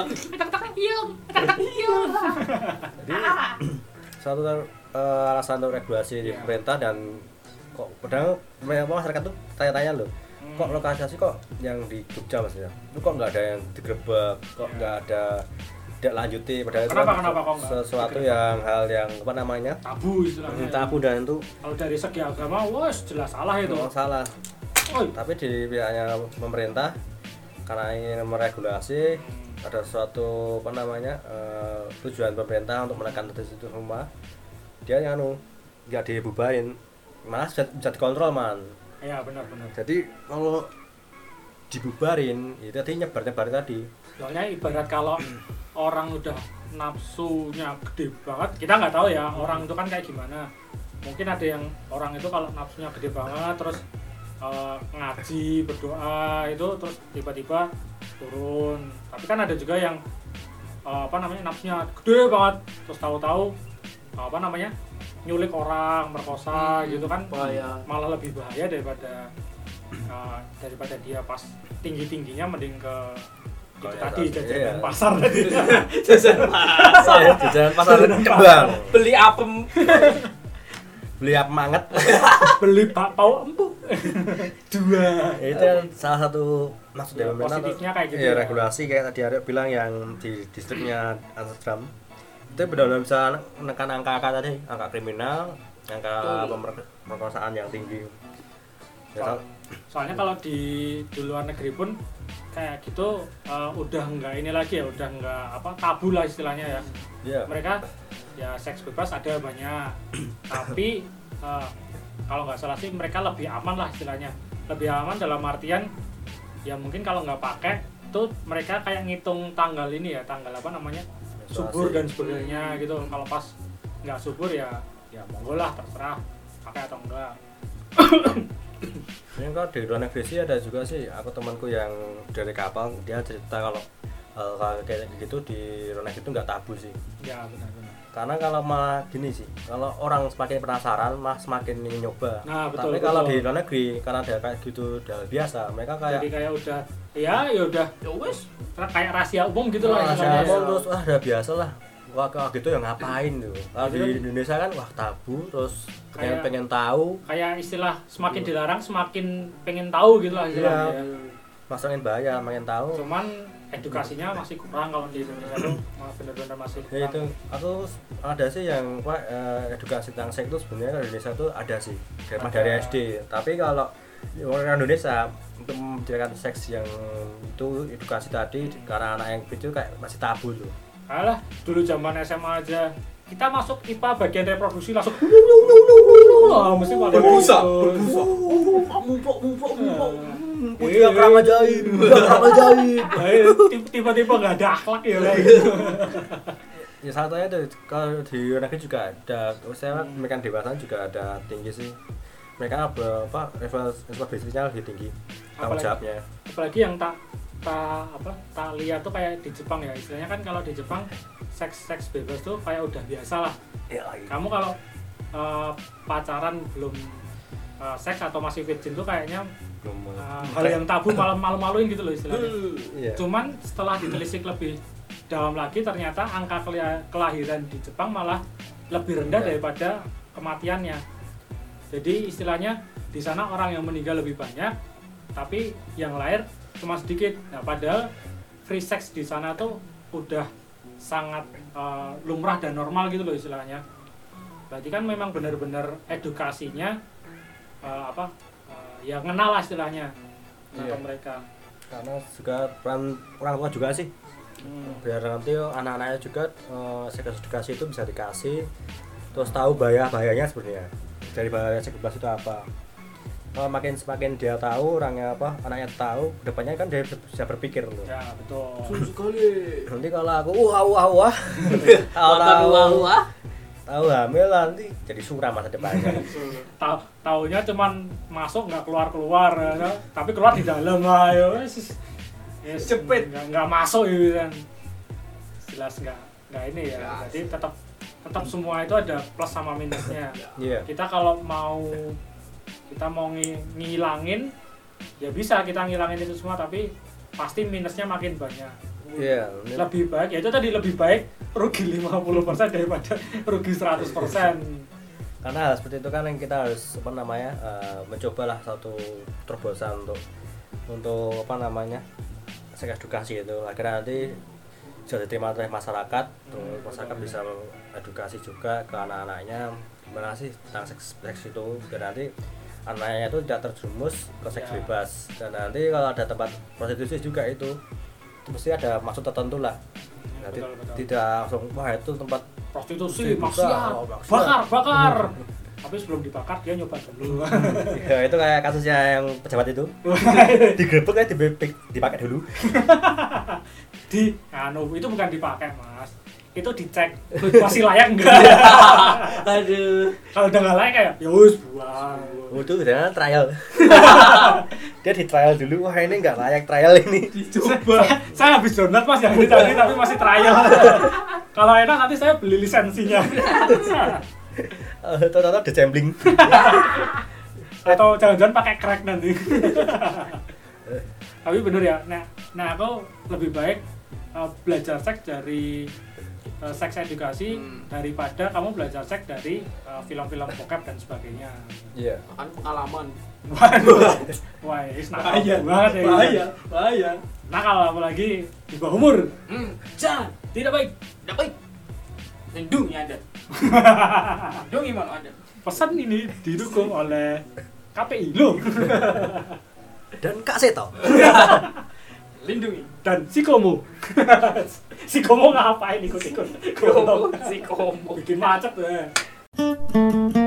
Jadi satu uh, alasan untuk regulasi di Iya. pemerintah dan kok padahal masyarakat tuh tanya-tanya loh, kok lokalisasi kok yang di Jogja maksudnya, itu kok nggak ada yang digerebek, kok nggak ada tidak lanjuti, padahal itu Kenapa, kan kenapa kok nggak sesuatu digerebek? yang hal yang apa namanya Tabu istilahnya. tabu dan itu Kalau dari segi agama, wah jelas salah itu. salah. Oi. Tapi di pihaknya pemerintah karena ingin meregulasi, ada suatu apa namanya eh, tujuan pemerintah untuk menekan itu semua, dia nganu nggak dibubarin, malah bisa, bisa dikontrol man. Iya benar-benar. Jadi kalau dibubarin itu tadi nyebar nyebar tadi. Soalnya ibarat kalau orang udah nafsunya gede banget, kita nggak tahu ya orang itu kan kayak gimana. Mungkin ada yang orang itu kalau nafsunya gede banget terus eh, ngaji berdoa itu terus tiba-tiba turun. Tapi kan ada juga yang eh, apa namanya nafsunya gede banget terus tahu-tahu eh, apa namanya nyulik orang, merkosa Hmm, gitu kan bahaya. malah lebih bahaya daripada eh, daripada dia pas tinggi-tingginya mending ke itu Oh, ya, tadi tadi, jajanan iya. pasar tadi. Jajan pasar. Di jalan pasar Kembang, Beli apem. beli apa manget. Beli bakpao empuk. Dua. Ya, itu kan salah satu maksud Ya, dari pemerintah tuh, positifnya kayak gitu iya, ya. regulasi kayak tadi Aryo bilang yang di distriknya Amsterdam itu benar-benar bisa menekan angka-angka tadi, angka kriminal, angka Betul. pemer- pemerkosaan yang tinggi. Ya, So- so- Soalnya kalau di di luar negeri pun kayak gitu eh, udah enggak ini lagi ya, udah enggak apa tabu lah istilahnya ya. iya. Mereka ya seks bebas ada banyak. Tapi eh, kalau nggak salah sih mereka lebih aman lah istilahnya. Lebih aman dalam artian ya mungkin kalau nggak pakai tuh mereka kayak ngitung tanggal ini ya, tanggal apa namanya? Subur dan sebagainya gitu. Kalau pas nggak subur ya ya monggo lah terserah pakai atau enggak. Yang kalau di luar negeri sih ada juga sih, aku temanku yang dari kapal dia cerita kalau hal kayak gitu di luar negeri itu nggak tabu sih. Ya benar-benar. Karena kalau malah gini sih, kalau orang semakin penasaran mah semakin ingin nyoba. Nah, betul, Tapi kalau betul. di luar negeri karena ada kayak gitu udah biasa, mereka kayak Jadi kayak udah ya ya udah Ya wes. kayak rahasia umum gitu lah ah, istilahnya. siapa terus ah udah biasa lah. Wah kalau gitu ya ngapain tuh. Kalau di Indonesia kan wah tabu terus pengen Kayak- pengen tahu, Kayak istilah semakin dilarang semakin pengen tahu gitu lah istilahnya. Iya. masangin bayar, pengen tahu. Cuman edukasinya masih kurang kalau di Indonesia tuh benar-benar masih Ya kurang. itu aku ada sih yang wah, eh, edukasi tentang seks itu sebenarnya di Indonesia tuh ada sih dari, Ada. dari S D. Tapi kalau orang Indonesia untuk membicarakan seks yang itu edukasi tadi karena anak yang kecil kayak masih tabu tuh. Alah, dulu zaman S M A aja kita masuk I P A bagian reproduksi langsung wah mesti pada Berbusa, berbusa. Mumpuk mumpuk mumpuk. Punya kerang ajaib, kerang ajaib. Tiba-tiba nggak ada akhlak ya kayak gitu. Ya salah satunya itu kalau di negeri juga ada, saya mereka dewasa juga ada tinggi sih. Mereka apa level level bisnisnya lebih tinggi tanggung jawabnya. Apalagi yang tak tak apa tak lihat tuh kayak di Jepang ya, istilahnya kan kalau di Jepang seks seks bebas tuh kayak udah biasa lah. Ya, Kamu kalau uh, pacaran belum uh, seks atau masih virgin tuh kayaknya belum uh, hal yang tabu, malah malu-maluin gitu loh istilahnya. iya. Cuman setelah ditelisik lebih dalam lagi ternyata angka kelahiran di Jepang malah lebih rendah Ya. daripada kematiannya. Jadi istilahnya di sana orang yang meninggal lebih banyak, tapi yang lahir cuma sedikit. Nah, padahal free sex di sana tuh udah sangat uh, lumrah dan normal gitu loh istilahnya. Berarti kan memang benar-benar edukasinya uh, apa uh, ya kenal lah istilahnya Iya. ke mereka. Karena juga peran orang tua juga sih. Hmm. Biar nanti anak-anaknya juga uh, seks edukasi itu bisa dikasih, terus tahu bahaya-bahayanya sebenarnya dari bahaya seks bebas itu apa. Kalau makin semakin dia tahu, orangnya apa, anaknya tahu, kedepannya kan dia bisa berpikir loh. Ya betul. Sulit sekali. Nanti kalau aku wah wah wah, kalau Makan tahu wah-wah. tahu hamil nanti jadi suram masa depannya. Tahu taunya cuman masuk nggak keluar keluar, ya, tapi keluar di dalam lah ya. Yes, yes, Cepet. nggak nggak masuk gitu kan. Jelas nggak nggak ini ya. Ya, Jadi tetap tetap semua itu ada plus sama minusnya. Iya. Kita kalau mau kita mau ngi- ngilangin ya bisa kita ngilangin itu semua, tapi pasti minusnya makin banyak. Iya. Lebih baik ya itu tadi, lebih baik rugi lima puluh persen daripada rugi seratus persen. Karena hal seperti itu kan yang kita harus apa namanya uh, mencobalah satu terobosan untuk untuk apa namanya seks edukasi itu agar nanti bisa diterima oleh masyarakat, terus masyarakat bisa edukasi juga ke anak-anaknya gimana sih tentang seks seks itu biar nanti anaknya itu tidak terjerumus ke seks Ya. bebas. Dan nanti kalau ada tempat prostitusi juga itu, itu mesti ada maksud tertentu lah. Jadi Betul, betul. tidak langsung wah itu tempat Prostitusi, Prostitusi, maksiat, oh, maksiat. bakar, bakar. Tapi sebelum dibakar dia nyoba dulu. ya itu kayak kasusnya yang pejabat itu digerebek ya dipakai dulu. Di anu itu bukan dipakai mas, itu dicek masih layak enggak. Aduh. Kalau udah nggak layak kayak ya wis buang. Oh, itu udah trial. Dia di trial dulu, wah ini nggak layak trial ini. Coba. Saya, saya habis download mas yang ini tadi tapi masih trial. Kalau enak nanti saya beli lisensinya. Tahu-tahu ada gambling. Atau jangan-jangan pakai crack nanti. Tapi bener ya, nah, nah aku lebih baik uh, belajar seks dari uh, seks edukasi Hmm. daripada kamu belajar seks dari uh, film-film bokep dan sebagainya. Iya. Kan pengalaman. Waduh, wah ini nakal Bahaya banget ya. Bahaya, bahaya. Nakal apalagi di bawah umur. Hmm, jangan. Tidak baik. Tidak baik. Lindungi Anda. Lindungi mana Anda. Pesan ini didukung oleh K P I loh. Dan Kak Seto. Lindungi. Dan Sikomo. Sikomo ngapain ikut-ikut? Komo, si komo. Bikin macet ya.